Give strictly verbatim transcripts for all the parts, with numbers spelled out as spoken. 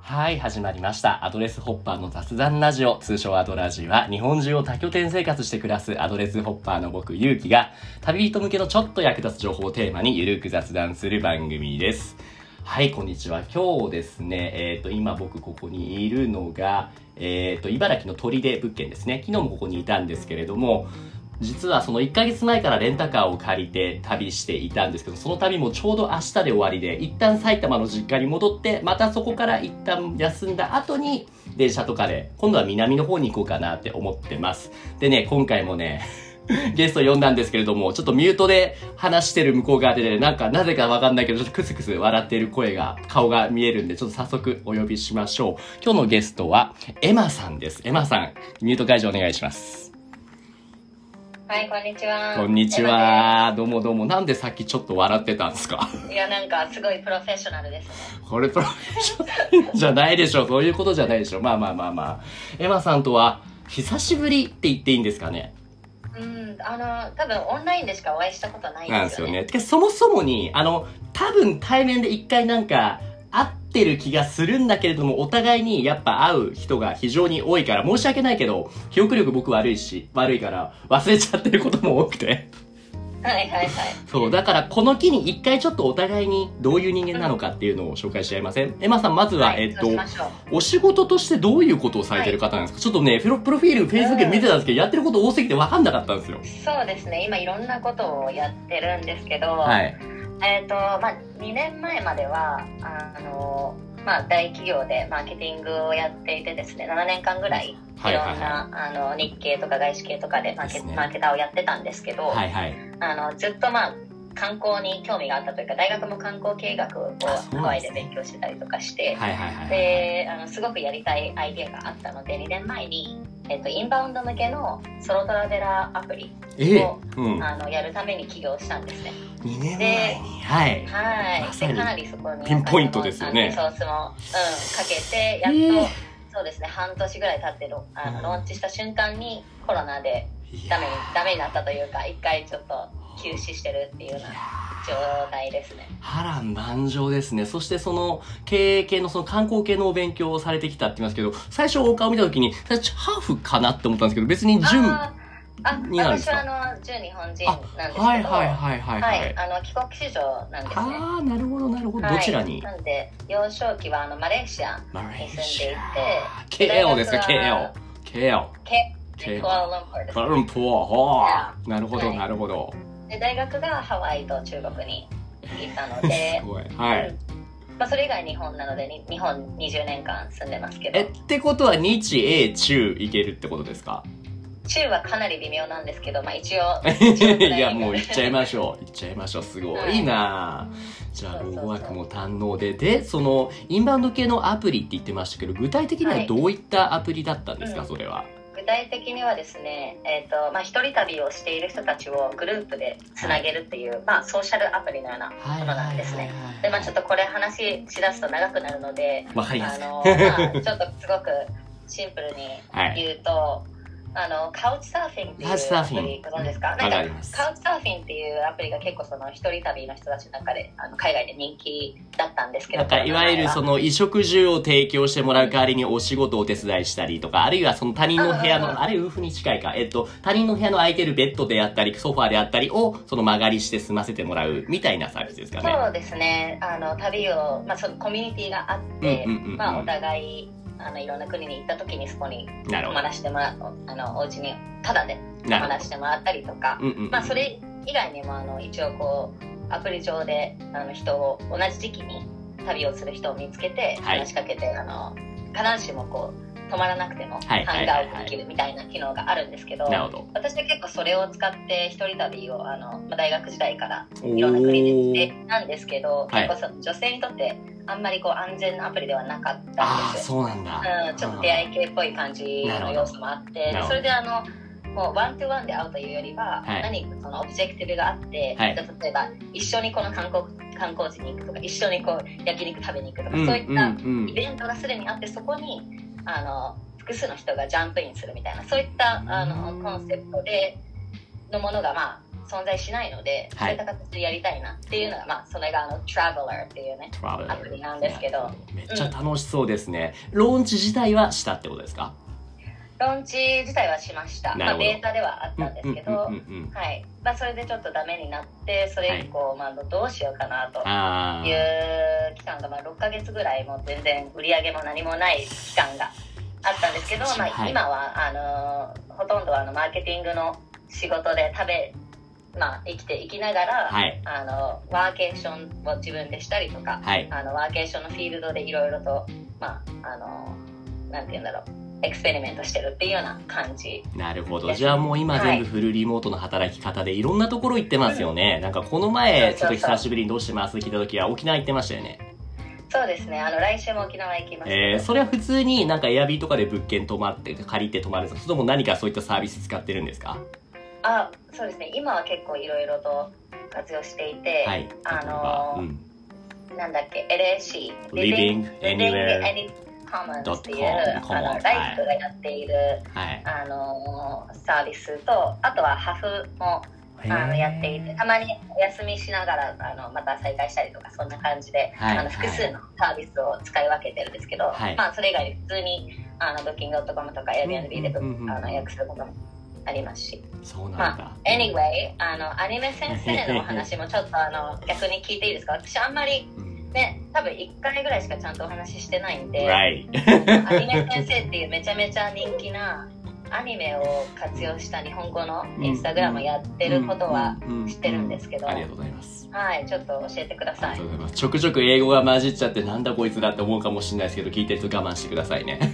はい、始まりました。アドレスホッパーの雑談ラジオ、通称アドラジは、日本中を多拠点生活して暮らすアドレスホッパーの僕、ゆうきが、旅人向けのちょっと役立つ情報をテーマにゆるく雑談する番組です。はい、こんにちは。今日ですね、えっと、今僕ここにいるのが、えっと、茨城の取手物件ですね。昨日もここにいたんですけれども、実はそのいっかげつまえからレンタカーを借りて旅していたんですけど、その旅もちょうど明日で終わりで、一旦埼玉の実家に戻って、またそこから一旦休んだ後に、電車とかで、今度は南の方に行こうかなって思ってます。でね、今回もね、ゲスト呼んだんですけれども、ちょっとミュートで話してる向こう側でね、なんかなぜかわかんないけど、ちょっとクスクス笑っている声が、顔が見えるんで、ちょっと早速お呼びしましょう。今日のゲストは、エマさんです。エマさん、ミュート解除お願いします。 はい、こんにちは。 こんにちは。どうもどうも。なんでさっきちょっと笑ってたんですか？ いや、なんかすごいプロフェッショナルですね。 これプロフェッショナルじゃないでしょ。そういうことじゃないでしょ。まあまあまあまあ。エマさんとは久しぶりって言っていいんですかね？ うん、あの、多分オンラインでしかお会いしたことないんですよね。 なんですよね。てかそもそもに、あの、多分対面で一回なんか、会ってる気がするんだけれども、お互いにやっぱ会う人が非常に多いから、申し訳ないけど、記憶力僕悪いし、悪いから忘れちゃってることも多くて。 はいはいはい。 そう、だからこの機に一回ちょっとお互いにどういう人間なのかっていうのを紹介しちゃいません？エマさん、まずは、 はい、 えっと、 お仕事としてどういうことをされてる方なんですか？はい、ちょっとね、プロ、プロフィール、フェイスブックで見てたんですけど、やってること多すぎて分かんなかったんですよ。 そうですね、今いろんなことをやってるんですけど、 はい。 えっと、まあ、にねんまえまでは、あの、まあ、大企業でマーケティングをやっていてですね、ななねんかんぐらいいろんな、はいはいはい、あの日系とか外資系とかでマーケ、ね、マーケターをやってたんですけど、はいはい、あのずっとまあ観光に興味があったというか、大学も観光経営学をハワイで勉強してたりとかして、はいはいはい、で、あのすごくやりたいアイデアがあったので、にねんまえに、えっと、インバウンド向けのソロトラベラーアプリを、うん、あのやるために起業したんですね。 にねんまえに、はい。 はい。 まさにで、かなりそこにピンポイントですよね。 リソースも、うん、かけて、やっと、えー、そうですね、半年ぐらい経ってのあのローンチした瞬間にコロナでダメに、ダメになったというか、一回ちょっと休止してるっていうような状態ですね。 波乱万丈ですね。そしてその経営系のその観光系のお勉強をされてきたって言いますけど、最初お顔見た時に、最初ハーフかなって思ったんですけど、別に純あ、私はあの純日本人なんですけど、はいはいはいはい、はい、あの帰国子女なんですね。 ああ、なるほどなるほど、はい、どちらに？ なんで幼少期はあのマレーシアに住んでいて、 ケーエル ですよ ケーエル ケーエルケーエル クアラルンプーです。 クアラルンプー、ほー、なるほどなるほど。 で大学がハワイと中国にいたので、 すごい、はい。 まあそれ以外日本なので日本にじゅうねんかん住んでますけど。 えってことは日英中いけるってことですか？ 中はかなり微妙なんですけど、まあ一応いやもう行っちゃいましょう行っちゃいましょう。すごいな、はい、じゃあ語学も堪能で、でそのインバウンド系のアプリって言ってましたけど、具体的にはどういったアプリだったんですか？はい、それは。 具体的にはですね、えーとまあ、一人旅をしている人たちをグループでつなげるっていう、はい、まあ、ソーシャルアプリのようなものなんですね。で、まあ、ちょっとこれ話しだすと長くなるので、 まあはい、 あのまあ、ちょっとすごくシンプルに言うと、はい、あのカウチサーフィンっていうアプリご存知ですか？なんかカウチサーフィンっていうアプリが結構その一人旅の人たちの中であの海外で人気だったんですけど、 なんかいわゆるその衣食住を提供してもらう代わりにお仕事をお手伝いしたりとか、あるいはその他人の部屋の、あれウーフに近いか、えっと他人の部屋の空いてるベッドであったりソファーであったりをその間借りして済ませてもらうみたいなサービスですかね。 そうですね、あの旅を、まあ、そのコミュニティがあって、まあお互いあのいろんな国に行った時にそこに泊まらせてもらう、あのお家にタダで泊まらせてもらったりとか、まあそれ以外にもあの一応こうアプリ上であの人を同じ時期に旅をする人を見つけて話しかけて、はい、あの必ずしもこう泊まらなくてもハンガーアウトできるみたいな機能があるんですけど、私は結構それを使って一人旅をあの、まあ、大学時代からいろんな国でしてなんですけど、結構そ女性にとってあんまりこう安全なアプリではなかったんです。 ああ、そうなんだ。 うん、ちょっと出会い系っぽい感じの要素もあって、それであのもうワントゥワンで会うというよりは、はい、何かそのオブジェクティブがあって、はい、例えば一緒にこの観光観光地に行くとか、一緒にこう焼肉食べに行くとか、うん、そういったイベントがすでにあって、そこにあの複数の人がジャンプインするみたいな、そういったあのコンセプトでのものがまあ存在しないので、はい、そういった形でやりたいなっていうのが、まあ、それがあの Traveler っていうねアプリなんですけど、 めっちゃ楽しそうですね、うん、ローンチ自体はしたってことですか？ ローンチ自体はしました。まあ、ベータではあったんですけど、それでちょっとダメになって、それ以降、はい、まあ、どうしようかなという期間が、まあ、ろっかげつぐらいもう全然売り上げも何もない期間があったんですけど、まあ、今はあのほとんどあのマーケティングの仕事で食べ、まあ、生きていきながら、はい、あのワーケーションを自分でしたりとか、はい、あのワーケーションのフィールドでいろいろと、まあ、あのなんて言うんだろう、エクスペリメントしてるっていうような感じ。 なるほど。じゃあもう今全部フルリモートの働き方でいろんなところ行ってますよね、うん、なんかこの前ちょっと久しぶりにどうしてますって聞いた時は沖縄行ってましたよね。 そうですね、あの来週も沖縄行きます。えー、それは普通になんかエアビーとかで物件泊まって借りて泊まるんですか？それとも何かそういったサービス使ってるんですか？ あ、そうですね、今は結構いろいろと活用していて、はい、あの、うん、なんだっけ エルエーシー Living Anywhere コモンズっていうあのライフがやっている、はい、あのサービスと、あとはハフもあのやっていて、たまにお休みしながらあのまた再開したりとか、そんな感じで、はい、あの複数のサービスを使い分けてるんですけど、はい、まあ、それ以外に普通にあのブッキングドットコムとか Airbnb で、うんうんうん、あの予約することもありますし。 そうなんだ。 まあ、anyway、あのアニメ先生のお話もちょっとあの逆に聞いていいですか？私あんまりね、多分いっかいぐらいしかちゃんとお話ししてないんで、 right. アニメ先生っていうめちゃめちゃ人気なアニメを活用した日本語のインスタグラムやってることは知ってるんですけど、 ありがとうございます。 はい、ちょっと教えてください。 ありがとうございます。ちょくちょく英語が混じっちゃってなんだこいつだって思うかもしれないですけど、聞いてると我慢してくださいね。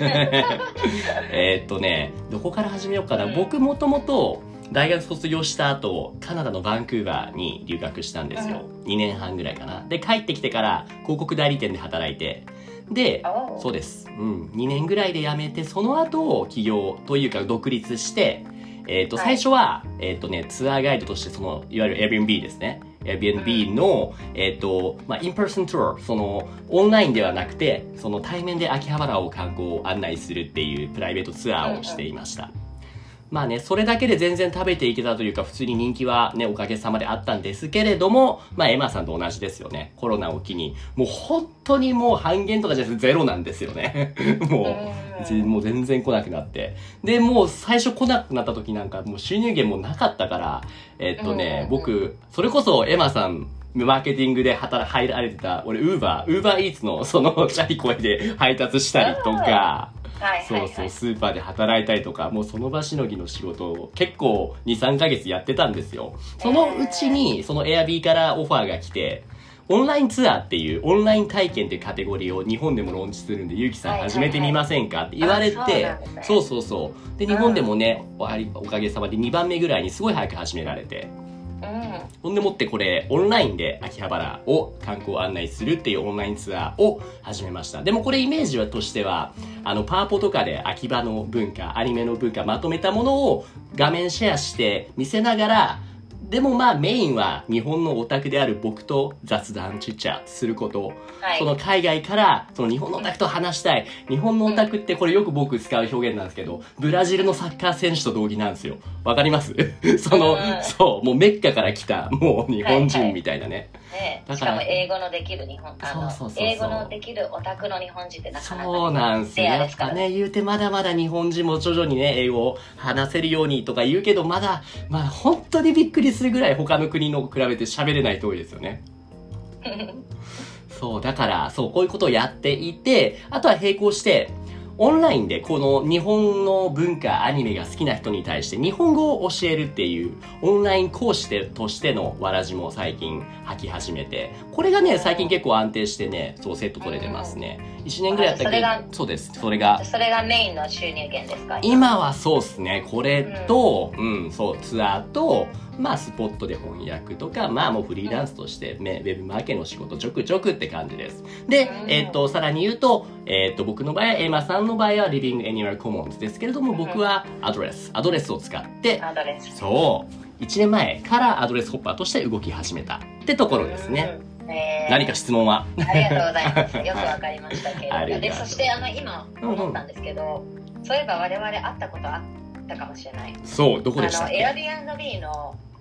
えっとね、どこから始めようかな、うん、僕もともと大学卒業した後、カナダのバンクーバーに留学したんですよ。うん、にねんはんぐらいかな。で、帰ってきてから広告代理店で働いて、で、そうです。うん。にねんぐらいで辞めて、その後、起業というか独立して、えっと、最初は、えっとね、ツアーガイドとして、その、いわゆる Airbnb ですね。Airbnb の、えっと、まあ、インパーソンツアー、その、オンラインではなくて、その対面で秋葉原を観光を案内するっていうプライベートツアーをしていました。まあね、それだけで全然食べていけたというか、普通に人気はね、おかげさまであったんですけれども、まあ、エマさんと同じですよね。コロナを機に、もう本当にもう半減とかじゃなくてゼロなんですよね。もう、もう全然来なくなって。で、もう最初来なくなった時なんか、もう収入源もなかったから、えっとね、僕、それこそエマさん、マーケティングで働、入られてた、俺、ウーバー、ウーバーイーツのそのチャリコイで配達したりとか、そうそう、スーパーで働いたりとか、もうその場しのぎの仕事を結構に、さんかげつやってたんですよ。そのうちに、そのエアビーからオファーが来て、オンラインツアーっていう、オンライン体験っていうカテゴリーを日本でもローンチするんで、ゆうきさん始めてみませんかって言われて、そうそうそう。で、日本でもね、おかげさまでにばんめぐらいにすごい早く始められて、ほんでもってこれ、オンラインで秋葉原を観光案内するっていうオンラインツアーを始めました。でもこれイメージはとしては、あの、パワポとかで秋葉の文化、アニメの文化まとめたものを画面シェアして見せながら、でもまあメインは日本のオタクである僕と雑談チッチャすること、はい、その海外からその日本のオタクと話したい。日本のオタクってこれよく僕使う表現なんですけど、ブラジルのサッカー選手と同義なんですよ。わかります？その、そう、もうメッカから来たもう日本人みたいなね。 はいはい、ね、だからしかも英語のできる日本、あの、そうそうそうそう、英語のできるオタクの日本人ってなかなかそうなんですよ。やっぱね、言うてまだまだ日本人も徐々にね、英語を話せるようにとか言うけど、まだ、まだ本当にびっくりするぐらい他の国の比べて喋れない人多いですよね。そう、だから、そう、こういうことをやっていて、あとは並行して、オンラインでこの日本の文化、アニメが好きな人に対して日本語を教えるっていうオンライン講師としてのわらじも最近吐き始めて、これがね、最近結構安定してね、そうセット取れてますね。いちねんぐらいやったけど、そうです。それが。 それがメインの収入源ですか？ 今はそうですね。これと、うん、うん、そう、ツアーと、まあ、スポットで翻訳とか、まあ、もうフリーランスとして、ね、ウェブマーケの仕事ちょくちょくって感じです。で、えっと、さらに言うと、えっと、僕の場合は、エマさんの場合は、Living Anywhere Commons ですけれども、僕はアドレス、アドレスを使って、 アドレス。 そう、いちねんまえからアドレスホッパーとして動き始めたってところですね。えー、何か質問は？ ありがとうございます。よくわかりましたけれども。で、そして、あの、今、思ったんですけど、うんうん、そういえば我々会ったことあったかもしれない。 そう、どこでしたっけ？ あの、Airbnb の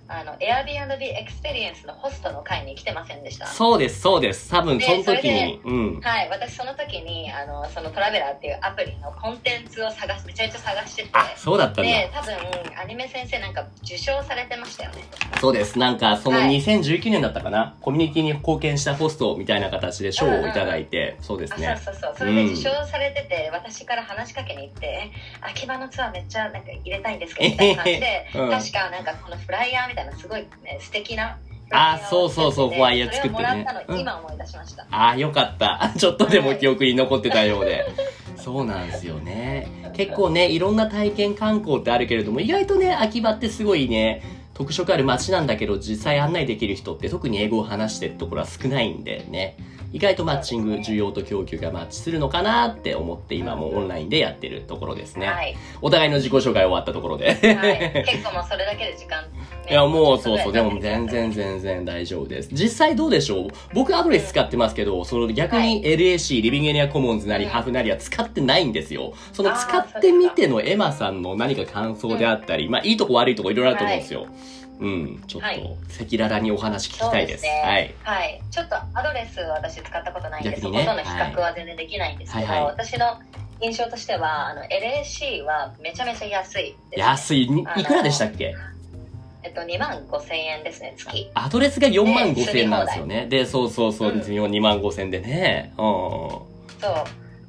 あの Airbnb エクスペリエンスのホストの会に来てませんでした？ そうですそうです。多分その時に、 うん、はい、私その時にあのそのトラベラーっていうアプリのコンテンツを探しめちゃめちゃ探してて、 あ、そうだったんだ。 で多分アニメ先生なんか受賞されてましたよね。 そうです。なんかそのにせんじゅうきゅうねんだったかな、はい、コミュニティに貢献したホストみたいな形で賞をいただいて、うんうん、そうですね。 あ、そうそうそう、それで受賞されてて、うん、私から話しかけに行って秋葉のツアーめっちゃなんか入れたいんですけどみたいな感じで、うん、確かなんかこのフライヤーみたいなすごい、ね、素敵なあ、そうそうそう、フライヤー作ってね。 それをもらったの、今思い出しました。 あ、よかった。ちょっとでも記憶に残ってたようで。はい、そうなんですよね。結構ね、いろんな体験観光ってあるけれども、意外とね、秋葉ってすごいね、特色ある街なんだけど、実際案内できる人って特に英語を話してるところは少ないんでね。意外とマッチング、需要と供給がマッチするのかなって思って今もオンラインでやってるところですね。はい、お互いの自己紹介終わったところで。はい、 結構もうそれだけで時間、ね。 いや、もうそうそう、でも全然全然大丈夫です。実際どうでしょう？僕アドレス使ってますけど、その逆に エルエーシー、リビングエリアコモンズなり、ハーフなりは使ってないんですよ。その使ってみてのエマさんの何か感想であったり、まあいいとこ悪いとこいろいろあると思うんですよ。はい、うん、ちょっと、赤裸々にお話聞きたいです。 ね、 はい。 はい。ちょっとアドレス私使ったことないんで、ね、そことの比較は全然できないんですけど、はいはいはい、私の印象としては、あの、エルエーシー はめちゃめちゃ安いです、ね。 安い。いくらでしたっけ？ えっと、にまんごせんえんですね、月。 アドレスがよんまんごせんえんなんですよね。で、そうそうそう、うん、にまんごせんえんでね。うん。 そう。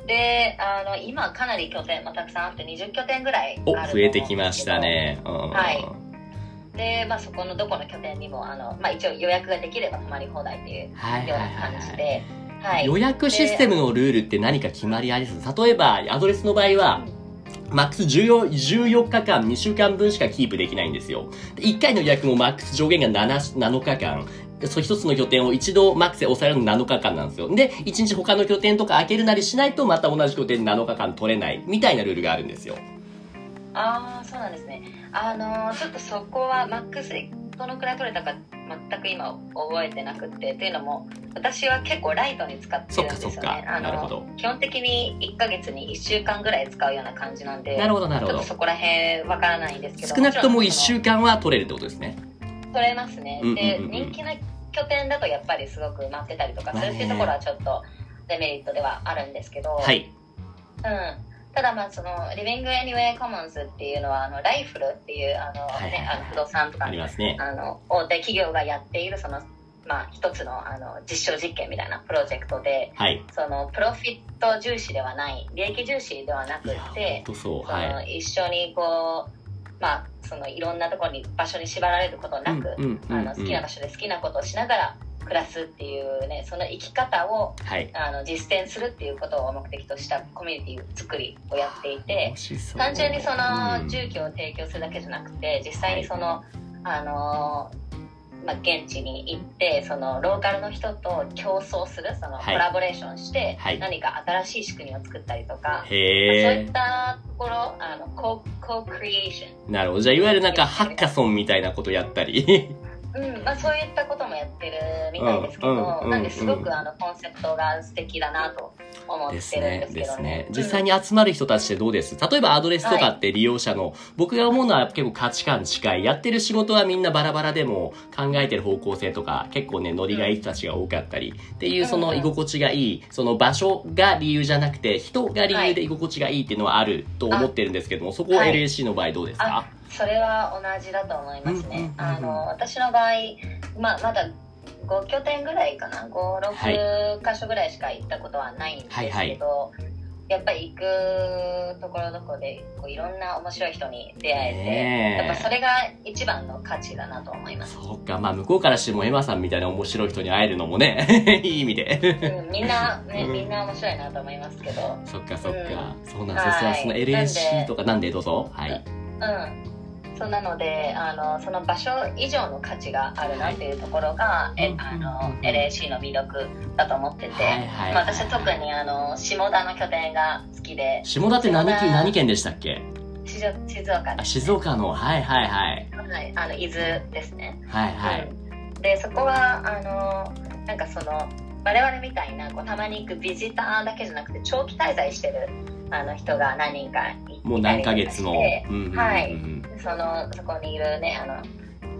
で、あの、今かなり拠点もたくさんあって、にじゅっきょてんぐらいあると思うんですけど。 お、増えてきましたね。うん。 はい。で、まあ、そこのどこの拠点にもあの、まあ、一応予約ができれば泊まり放題っていうような感じで、 はい、予約システムのルールって何か決まりあります？例えばアドレスの場合は、うん、マックスじゅうよっかかん、にしゅうかんぶんしかキープできないんですよ。いっかいの予約もマックス上限がななのかかん。そう一つの拠点を一度マックスで抑えるのなのかかんなんですよ。で、いちにち他の拠点とか開けるなりしないとまた同じ拠点でなのかかん取れないみたいなルールがあるんですよ。 ああ、そうなんですね。あのー、ちょっとそこはマックスでどのくらい取れたか全く今覚えてなくってっていうのも私は結構ライトに使ってるんですよね。 そっかそっか。 あのなるほど。 基本的にいっかげつにいっしゅうかんぐらい使うような感じなんで、 なるほどなるほど。 ちょっとそこら辺わからないんですけど、 少なくともいっしゅうかんは取れるってことですね。 取れますね。で、人気な拠点だとやっぱりすごく待ってたりとかするっていうところはちょっとデメリットではあるんですけど、 はい。 うん。ただまあそのリビングエニウェイコモンズっていうのはあのライフルっていうあの、はいはいはい、ね、あの不動産とかありますね、 あの大手企業がやっているそのまあ一つのあの実証実験みたいなプロジェクトで、 はい、 そのプロフィット重視ではない利益重視ではなくて、 そうその、はい、一緒にこうまあそのいろんなところに場所に縛られることなく、うんうんうんうん、あの好きな場所で好きなことをしながら暮らすっていうね、その生き方を、はい、あの実践するっていうことを目的としたコミュニティ作りをやっていて、単純にその住居を提供するだけじゃなくて、実際にその、はい、あのまあ、現地に行ってそのローカルの人と競争するそのコラボレーションして何か新しい仕組みを作ったりとか、はい、まあ、そういったところあのコークリエーション。 なるほど。じゃあいわゆるなんかハッカソンみたいなことやったりうん、まあ、そういったこともやってるみたいですけど、うんうんうんうん、なんですごくあのコンセプトが素敵だなと思ってるんですけどね。 ですね。実際に集まる人たちってどうです？例えばアドレスとかって利用者の、はい、僕が思うのは結構価値観近い。やってる仕事はみんなバラバラでも考えてる方向性とか結構ね、ノリがいい人たちが多かったり、うん、っていうその居心地がいい、その場所が理由じゃなくて人が理由で居心地がいいっていうのはあると思ってるんですけども、そこを エルエーシー の場合どうですか？ はい、それは同じだと思いますね。あの私の場合、まあ、まだごきょてんぐらいかな、ご、ろくかしょぐらいしか行ったことはないんですけど、はいはいはい、やっぱり行くところどころでこういろんな面白い人に出会えて、やっぱそれが一番の価値だなと思います。 そうか、まあ向こうからしてもエマさんみたいな面白い人に会えるのもねいい意味で、 うん、みんなね、みんな面白いなと思いますけど。 そっかそっか、うん、そうなんですよ、はい、その エルエーシー とかなんでどうぞ。はい。 うんそうなのであのその場所以上の価値があるなっていうところが、はい、えあの エルエーシー の魅力だと思ってて、はいはいはいはい、まあ、私は特にあの下田の拠点が好きで。 下田って何県何県でしたっけ？ 静岡です、ね、 あ、静岡の、はいはいはい。 はい、あの伊豆ですね。 はいはい。 うん、でそこはあのなんかその我々みたいなこうたまに行くビジターだけじゃなくて長期滞在してるあの人が何人かいたりとかして、 もう何ヶ月も、 うんうんうん、はい、そのそこにいるねあの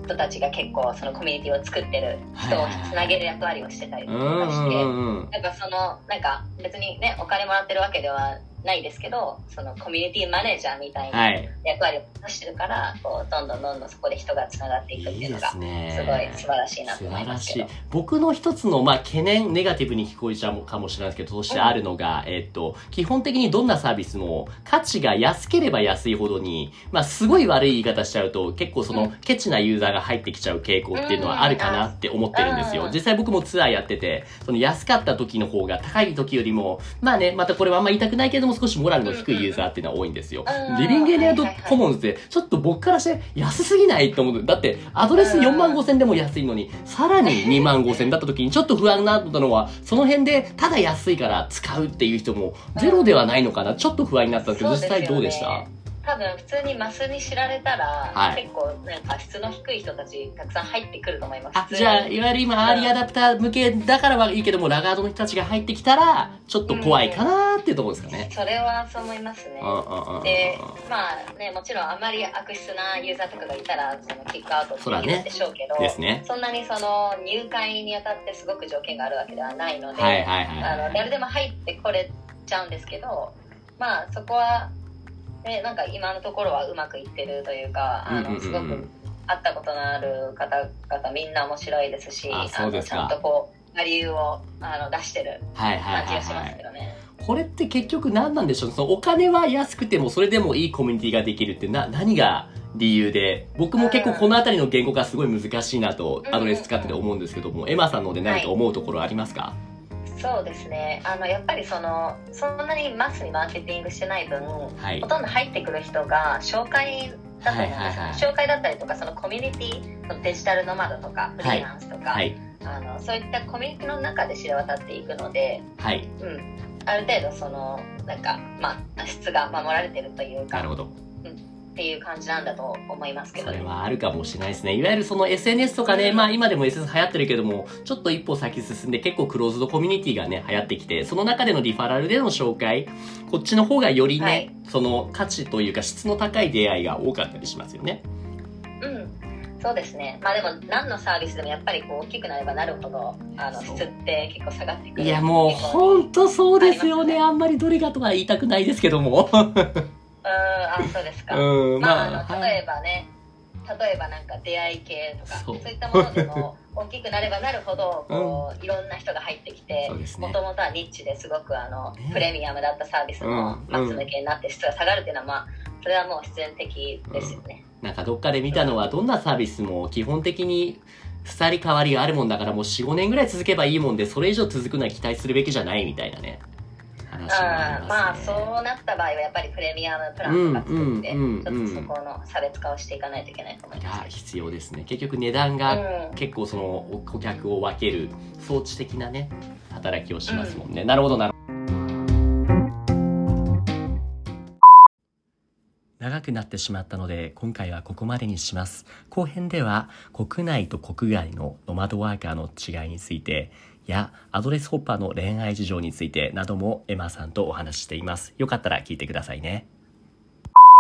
人たちが結構そのコミュニティを作ってる人をつなげる役割をしてたりとかして、なんかそのなんか別にねお金もらってるわけではないですけど、そのコミュニティマネージャーみたいな役割を果してるから、はい、こうどんどんどんどんそこで人がつながっていくっていうのがすごい素晴らしいなと思いますけど。 僕の一つのまあ懸念、ネガティブに聞こえちゃうかもしれないですけど、としてあるのが、うん、えっと基本的にどんなサービスも価値が安ければ安いほどに、まあすごい悪い言い方しちゃうと結構そのケチなユーザーが入ってきちゃう傾向っていうのはあるかなって思ってるんですよ。実際僕もツアーやってて、その安かった時の方が高い時よりも、まあね、またこれはあんま言いたくないけども少しモラルの低いユーザーっていうのは多いんですよ。リビングエリアドットコモンズってちょっと僕からして安すぎないと思う。だってアドレスよんまんごせんでも安いのに、さらににまんごせんだった時にちょっと不安になったのは、その辺でただ安いから使うっていう人もゼロではないのかな、ちょっと不安になったんですけど、実際どうでした？ 多分普通にマスに知られたら、はい、結構なんか質の低い人たちたくさん入ってくると思います。 あ、じゃあいわゆる今アーリーアダプター向けだからはいいけども、ラガードの人たちが入ってきたらちょっと怖いかなっていうところですかね。 うん、それはそう思いますね。で、まあね、もちろんあまり悪質なユーザーとかがいたらそのキックアウトできるんでしょうけど、 そ, う、ね、そんなにその入会にあたってすごく条件があるわけではないので、誰でも入ってこれちゃうんですけど、まあそこはね、なんか今のところはうまくいってるというか、あのすごく会ったことのある方々みんな面白いですし、 あ、そうですか。 あのちゃんとこうバリューをあの出してる感じがしますけどね。 これって結局何なんでしょう。そのお金は安くてもそれでもいいコミュニティができるってな何が理由で、僕も結構このあたりの言語化すごい難しいなとアドレス使ってて思うんですけども、エマさんので何か思うところありますか？はい、 そうですね、あのやっぱりそのそんなにマスにマーケティングしてない分、はい、ほとんど入ってくる人が紹介だと思うんですよ、はいはいはい、紹介だったりとかそのコミュニティ、デジタルノマドとかフリーランスとか、はい、あのそういったコミュニティの中で知れ渡っていくので、はい、うん、ある程度そのなんか、まあ、質が守られてるというか、 なるほど、 うんっていう感じなんだと思いますけど、 ね、それはあるかもしれないですね。いわゆるその エスエヌエス とかね、うん、まあ今でも エスエヌエス 流行ってるけども、ちょっと一歩先進んで結構クローズドコミュニティがね流行ってきて、その中でのリファラルでの紹介、こっちの方がよりね、はい、その価値というか質の高い出会いが多かったりしますよね。 うん、そうですね。まあでも何のサービスでもやっぱりこう大きくなればなるほどあの質って結構下がってくる。 いやもう本当そうですよね。あんまりどれがとは言いたくないですけども。 うん、あ、そうですか。うん、まあ、まあ、あの例えばね、はい、例えばなんか出会い系とか そ, うそういったものでも大きくなればなるほどこう、うん、いろんな人が入ってきて、もともとはニッチですごくあの、ね、プレミアムだったサービスもマス向けになって質が下がるっていうのは、まあそれはもう必然的ですよね、 うん、なんかどっかで見たのは、どんなサービスも基本的に廃り変わりがあるもんだから、もう よん,ご 年ぐらい続けばいいもんで、それ以上続くのは期待するべきじゃないみたいなね、話もありますね。 まあそうなった場合はやっぱりプレミアムプランとか作って、うんうんうんうん、ちょっとそこの差別化をしていかないといけないと思います。いや必要ですね。結局値段が結構その顧客を分ける装置的なね働きをしますもんね、うん、なるほどなるほど。長くなってしまったので今回はここまでにします。後編では国内と国外のノマドワーカーの違いについてやアドレスホッパーの恋愛事情についてなどもエマさんとお話ししています。よかったら聞いてくださいね。